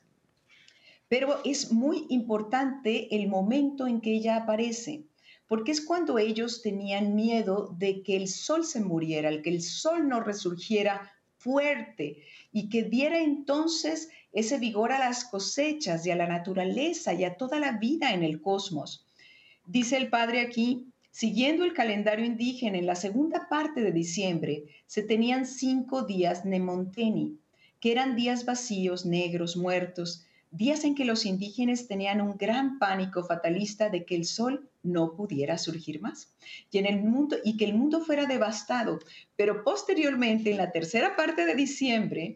[SPEAKER 2] pero es muy importante el momento en que ella aparece, porque es cuando ellos tenían miedo de que el sol se muriera, el que el sol no resurgiera fuerte y que diera entonces ese vigor a las cosechas y a la naturaleza y a toda la vida en el cosmos. Dice el padre aquí, siguiendo el calendario indígena, en la segunda parte de diciembre se tenían cinco días Nemonteni, que eran días vacíos, negros, muertos, días en que los indígenas tenían un gran pánico fatalista de que el sol no pudiera surgir más y, en el mundo, y que el mundo fuera devastado. Pero posteriormente, en la tercera parte de diciembre,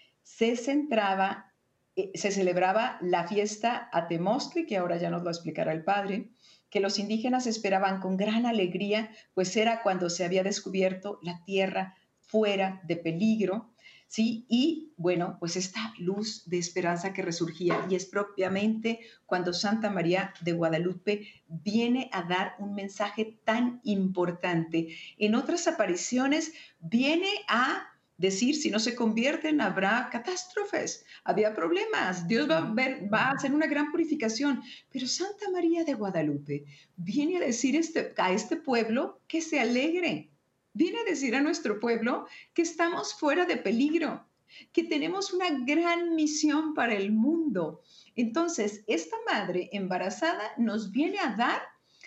[SPEAKER 2] se centraba, eh, se celebraba la fiesta Atemostli, que ahora ya nos lo explicará el padre, que los indígenas esperaban con gran alegría, pues era cuando se había descubierto la tierra fuera de peligro. ¿Sí? Y bueno, pues esta luz de esperanza que resurgía, y es propiamente cuando Santa María de Guadalupe viene a dar un mensaje tan importante. En otras apariciones viene a decir, si no se convierten habrá catástrofes, había problemas, Dios va a, ver, va a hacer una gran purificación, pero Santa María de Guadalupe viene a decir este, a este pueblo que se alegre. Viene a decir a nuestro pueblo que estamos fuera de peligro, que tenemos una gran misión para el mundo. Entonces, esta madre embarazada nos viene a dar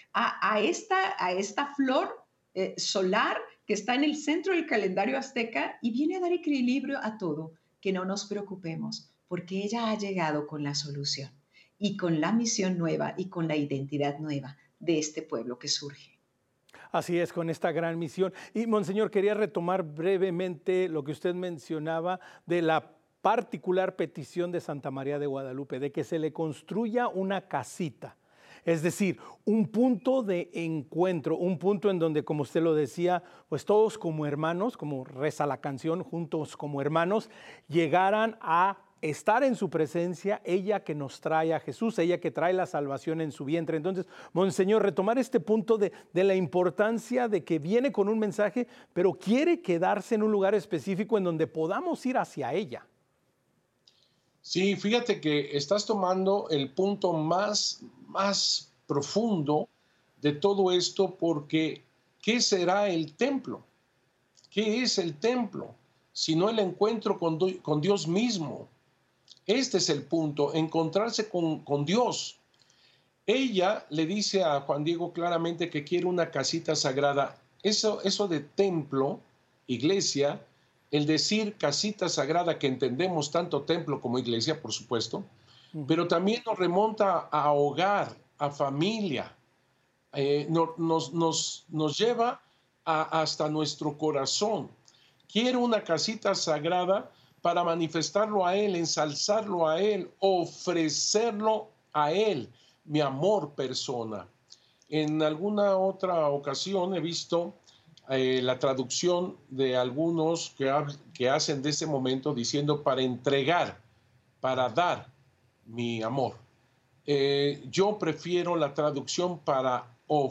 [SPEAKER 2] a, a, esta, a esta flor eh, solar que está en el centro del calendario azteca y viene a dar equilibrio a todo, que no nos preocupemos, porque ella ha llegado con la solución y con la misión nueva y con la identidad nueva de este pueblo que surge.
[SPEAKER 1] Así es, con esta gran misión. Y, Monseñor, quería retomar brevemente lo que usted mencionaba de la particular petición de Santa María de Guadalupe, de que se le construya una casita. Es decir, un punto de encuentro, un punto en donde, como usted lo decía, pues todos como hermanos, como reza la canción, juntos como hermanos, llegaran a estar en su presencia, ella que nos trae a Jesús, ella que trae la salvación en su vientre. Entonces, Monseñor, retomar este punto de, de la importancia de que viene con un mensaje, pero quiere quedarse en un lugar específico en donde podamos ir hacia ella.
[SPEAKER 3] Sí, fíjate que estás tomando el punto más, más profundo de todo esto, porque ¿qué será el templo? ¿Qué es el templo? Sino el encuentro con, con Dios mismo. Este es el punto, encontrarse con, con Dios. Ella le dice a Juan Diego claramente que quiere una casita sagrada. Eso, eso de templo, iglesia, el decir casita sagrada, que entendemos tanto templo como iglesia, por supuesto, uh-huh. pero también nos remonta a hogar, a familia. Eh, no, nos, nos, nos lleva a, hasta nuestro corazón. Quiero una casita sagrada para manifestarlo a Él, ensalzarlo a Él, ofrecerlo a Él, mi amor persona. En alguna otra ocasión he visto eh, la traducción de algunos que, que hacen de ese momento diciendo para entregar, para dar mi amor. Eh, yo prefiero la traducción para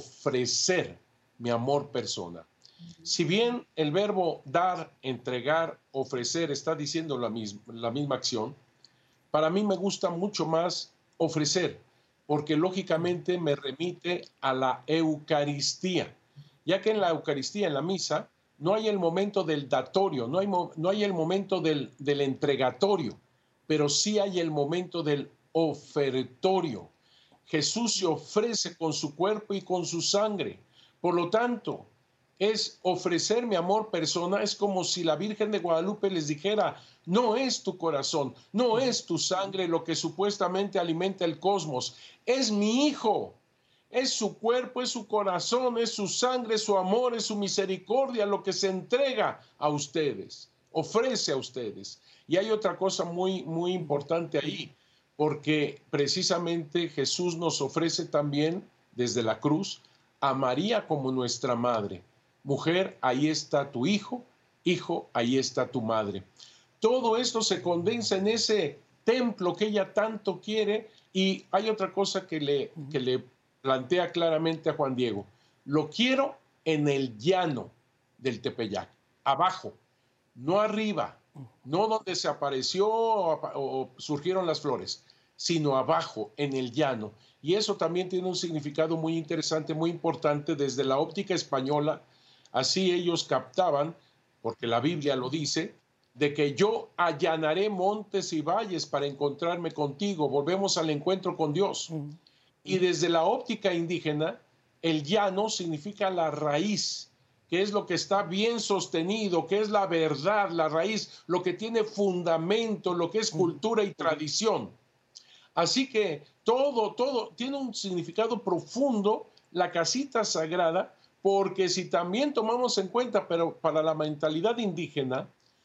[SPEAKER 3] ofrecer mi amor persona. Si bien el verbo dar, entregar, ofrecer está diciendo la misma, la misma acción, para mí me gusta mucho más ofrecer, porque lógicamente me remite a la Eucaristía, ya que en la Eucaristía, en la misa, no hay el momento del datorio, no hay, no hay el momento del, del entregatorio, pero sí hay el momento del ofertorio. Jesús se ofrece con su cuerpo y con su sangre. Por lo tanto, es ofrecer mi amor persona. Es como si la Virgen de Guadalupe les dijera, no es tu corazón, no es tu sangre lo que supuestamente alimenta el cosmos, es mi hijo, es su cuerpo, es su corazón, es su sangre, es su amor, es su misericordia lo que se entrega a ustedes, ofrece a ustedes. Y hay otra cosa muy, muy importante ahí, porque precisamente Jesús nos ofrece también desde la cruz a María como nuestra madre. Mujer, ahí está tu hijo, hijo, ahí está tu madre. Todo esto se condensa en ese templo que ella tanto quiere. Y hay otra cosa que le, que le plantea claramente a Juan Diego. Lo quiero en el llano del Tepeyac, abajo, no arriba, no donde se apareció o, o surgieron las flores, sino abajo, en el llano. Y eso también tiene un significado muy interesante, muy importante desde la óptica española. Así ellos captaban, porque la Biblia lo dice, de que yo allanaré montes y valles para encontrarme contigo. Volvemos al encuentro con Dios. Mm. Y desde la óptica indígena, el llano significa la raíz, que es lo que está bien sostenido, que es la verdad, la raíz, lo que tiene fundamento, lo que es cultura y tradición. Así que todo, todo tiene un significado profundo, la casita sagrada, porque si también tomamos en cuenta, pero para la mentalidad indígena,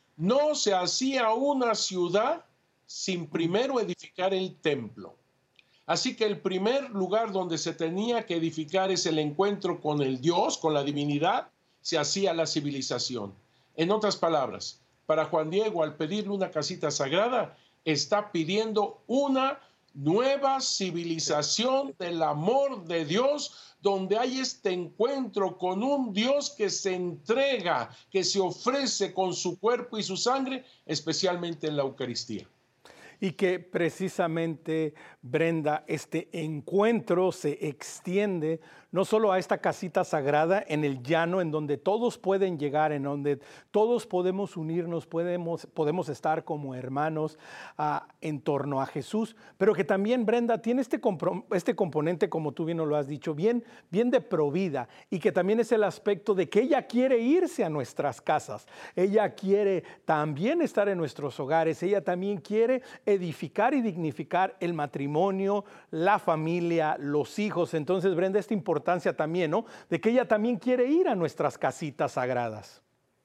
[SPEAKER 3] no se hacía una ciudad sin primero edificar el templo. Así que el primer lugar donde se tenía que edificar es el encuentro con el Dios, con la divinidad, se hacía la civilización. En otras palabras, para Juan Diego, al pedirle una casita sagrada, está pidiendo una nueva civilización del amor de Dios, donde hay este encuentro con un Dios que se entrega, que se ofrece con su cuerpo y su sangre, especialmente en la Eucaristía.
[SPEAKER 1] Y que precisamente, Brenda, este encuentro se extiende no solo a esta casita sagrada en el llano, en donde todos pueden llegar, en donde todos podemos unirnos, podemos, podemos estar como hermanos uh, en torno a Jesús, pero que también, Brenda, tiene este, este componente, como tú bien nos lo has dicho, bien, bien de provida, y que también es el aspecto de que ella quiere irse a nuestras casas, ella quiere también estar en nuestros hogares, ella también quiere edificar y dignificar el matrimonio, la familia, los hijos. Entonces, Brenda, esta importancia también, ¿no? De que ella también quiere ir a nuestras casitas sagradas.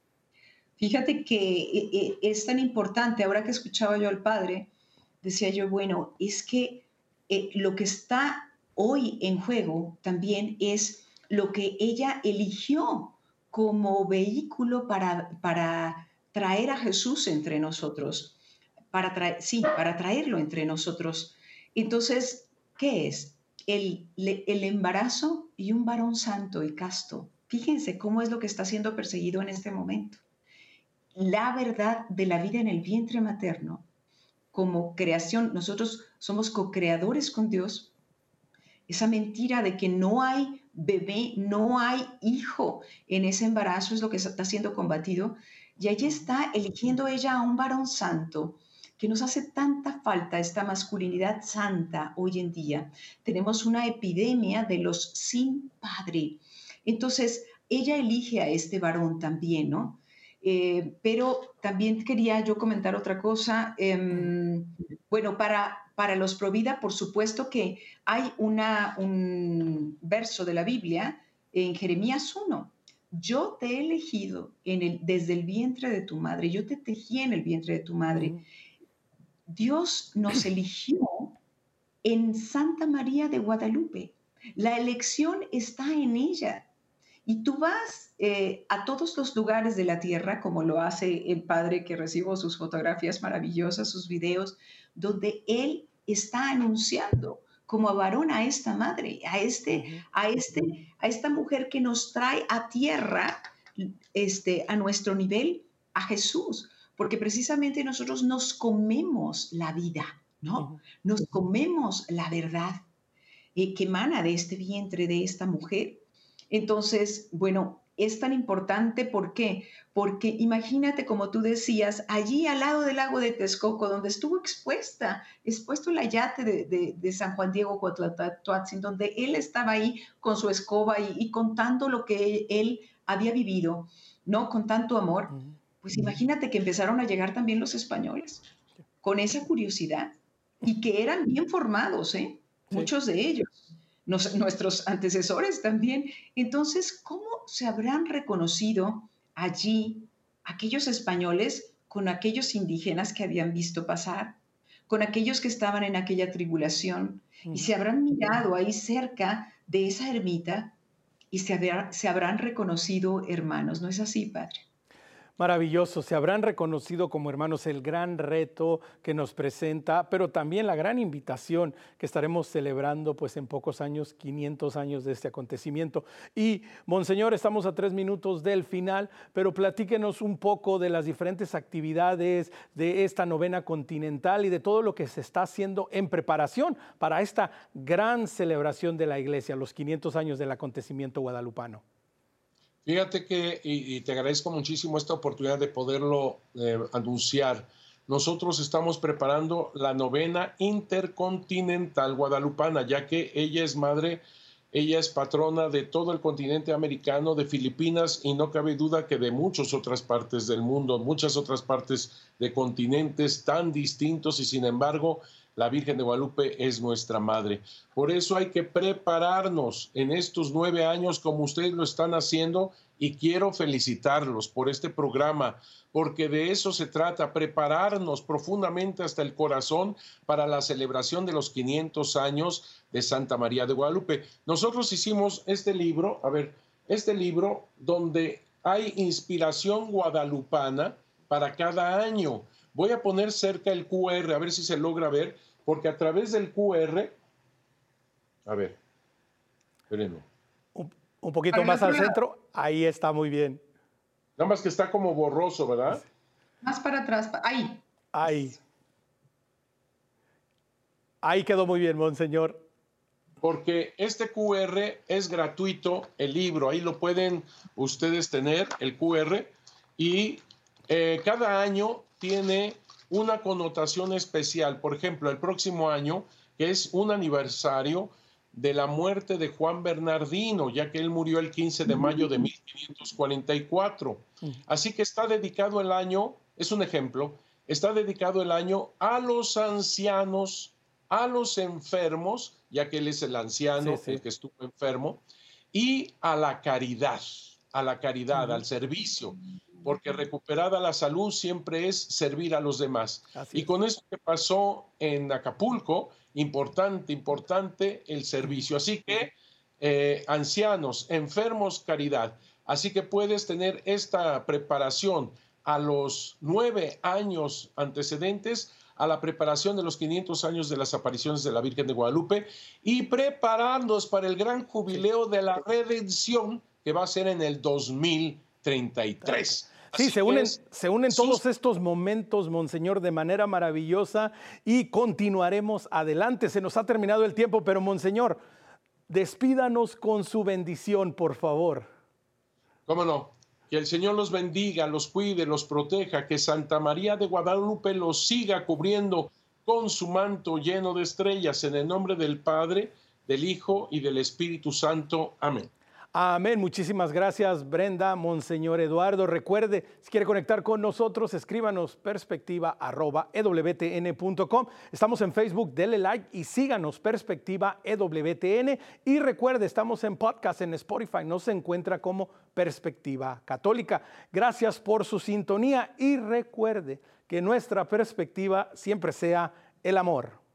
[SPEAKER 2] Fíjate que es tan importante, ahora que escuchaba yo al padre, decía yo, bueno, es que eh, lo que está hoy en juego también es lo que ella eligió como vehículo para, para traer a Jesús entre nosotros, para traer, sí, para traerlo entre nosotros. Entonces, ¿qué es? El, el embarazo y un varón santo y casto. Fíjense cómo es lo que está siendo perseguido en este momento. La verdad de la vida en el vientre materno, como creación, nosotros somos co-creadores con Dios. Esa mentira de que no hay bebé, no hay hijo en ese embarazo es lo que está siendo combatido. Y allí está eligiendo ella a un varón santo, que nos hace tanta falta esta masculinidad santa hoy en día. Tenemos una epidemia de los sin padre. Entonces, ella elige a este varón también, ¿no? Eh, pero también quería yo comentar otra cosa. Eh, bueno, para, para los Provida, por supuesto que hay una, un verso de la Biblia en Jeremías uno. Yo te he elegido en el, desde el vientre de tu madre, yo te tejí en el vientre de tu madre. Uh-huh. Dios nos eligió en Santa María de Guadalupe. La elección está en ella. Y tú vas eh, a todos los lugares de la tierra, como lo hace el padre que recibo sus fotografías maravillosas, sus videos, donde él está anunciando como varón a esta madre, a, este, a, este, a esta mujer que nos trae a tierra, este, a nuestro nivel, a Jesús. Porque precisamente nosotros nos comemos la vida, ¿no? Nos comemos la verdad eh, que emana de este vientre de esta mujer. Entonces, bueno, es tan importante, ¿por qué? Porque imagínate, como tú decías, allí al lado del lago de Texcoco, donde estuvo expuesta, expuesto el ayate de, de, de San Juan Diego Cuauhtlatoatzin, donde él estaba ahí con su escoba y, y contando lo que él, él había vivido, ¿no? Con tanto amor. Pues imagínate que empezaron a llegar también los españoles con esa curiosidad y que eran bien formados, ¿eh? Sí. Muchos de ellos. Nos, nuestros antecesores también. Entonces, ¿cómo se habrán reconocido allí aquellos españoles con aquellos indígenas que habían visto pasar, con aquellos que estaban en aquella tribulación, mm. y se habrán mirado ahí cerca de esa ermita y se, habrá, se habrán reconocido hermanos? ¿No es así, Padre?
[SPEAKER 1] Maravilloso, se habrán reconocido como hermanos el gran reto que nos presenta, pero también la gran invitación que estaremos celebrando pues en pocos años, quinientos años de este acontecimiento. Y Monseñor, estamos a tres minutos del final, pero platíquenos un poco de las diferentes actividades de esta novena continental y de todo lo que se está haciendo en preparación para esta gran celebración de la Iglesia, los quinientos años del acontecimiento guadalupano.
[SPEAKER 3] Fíjate que, y, y te agradezco muchísimo esta oportunidad de poderlo eh, anunciar. Nosotros estamos preparando la novena intercontinental guadalupana, ya que ella es madre, ella es patrona de todo el continente americano, de Filipinas, y no cabe duda que de muchas otras partes del mundo, muchas otras partes de continentes tan distintos, y sin embargo, la Virgen de Guadalupe es nuestra madre. Por eso hay que prepararnos en estos nueve años como ustedes lo están haciendo, y quiero felicitarlos por este programa, porque de eso se trata, prepararnos profundamente hasta el corazón para la celebración de los quinientos años de Santa María de Guadalupe. Nosotros hicimos este libro, a ver, este libro donde hay inspiración guadalupana para cada año. Voy a poner cerca el cu erre, a ver si se logra ver, porque a través del cu erre, a ver, espérenme.
[SPEAKER 1] Un, un poquito más al centro, ahí está muy bien.
[SPEAKER 3] Nada más que está como borroso, ¿verdad?
[SPEAKER 2] Más para atrás, ahí.
[SPEAKER 1] Ahí. Ahí quedó muy bien, Monseñor.
[SPEAKER 3] Porque este cu erre es gratuito, el libro, ahí lo pueden ustedes tener, el cu erre, y eh, cada año tiene una connotación especial. Por ejemplo, el próximo año, que es un aniversario de la muerte de Juan Bernardino, ya que él murió el quince de mayo de mil quinientos cuarenta y cuatro. Así que está dedicado el año, es un ejemplo, está dedicado el año a los ancianos, a los enfermos, ya que él es el anciano, sí, sí. el que estuvo enfermo, y a la caridad, a la caridad, uh-huh. al servicio. porque recuperada la salud siempre es servir a los demás.
[SPEAKER 1] Así
[SPEAKER 3] y
[SPEAKER 1] es.
[SPEAKER 3] con eso que pasó en Acapulco, importante, importante el servicio. Así que, eh, ancianos, enfermos, caridad. Así que puedes tener esta preparación a los nueve años antecedentes a la preparación de los quinientos años de las apariciones de la Virgen de Guadalupe y prepararnos para el gran jubileo de la redención que va a ser en el dos mil treinta y tres.
[SPEAKER 1] Sí,
[SPEAKER 3] Así
[SPEAKER 1] se unen,
[SPEAKER 3] es,
[SPEAKER 1] se unen
[SPEAKER 3] sus...
[SPEAKER 1] todos estos momentos, Monseñor, de manera maravillosa y continuaremos adelante. Se nos ha terminado el tiempo, pero Monseñor, despídanos con su bendición, por favor.
[SPEAKER 3] ¿Cómo no? Que el Señor los bendiga, los cuide, los proteja, que Santa María de Guadalupe los siga cubriendo con su manto lleno de estrellas, en el nombre del Padre, del Hijo y del Espíritu Santo. Amén.
[SPEAKER 1] Amén. Muchísimas gracias, Brenda, Monseñor Eduardo. Recuerde, si quiere conectar con nosotros, escríbanos perspectiva arroba e w t n punto com. Estamos en Facebook, dele like y síganos, Perspectiva E W T N. Y recuerde, estamos en podcast, en Spotify, nos encuentra como Perspectiva Católica. Gracias por su sintonía y recuerde que nuestra perspectiva siempre sea el amor.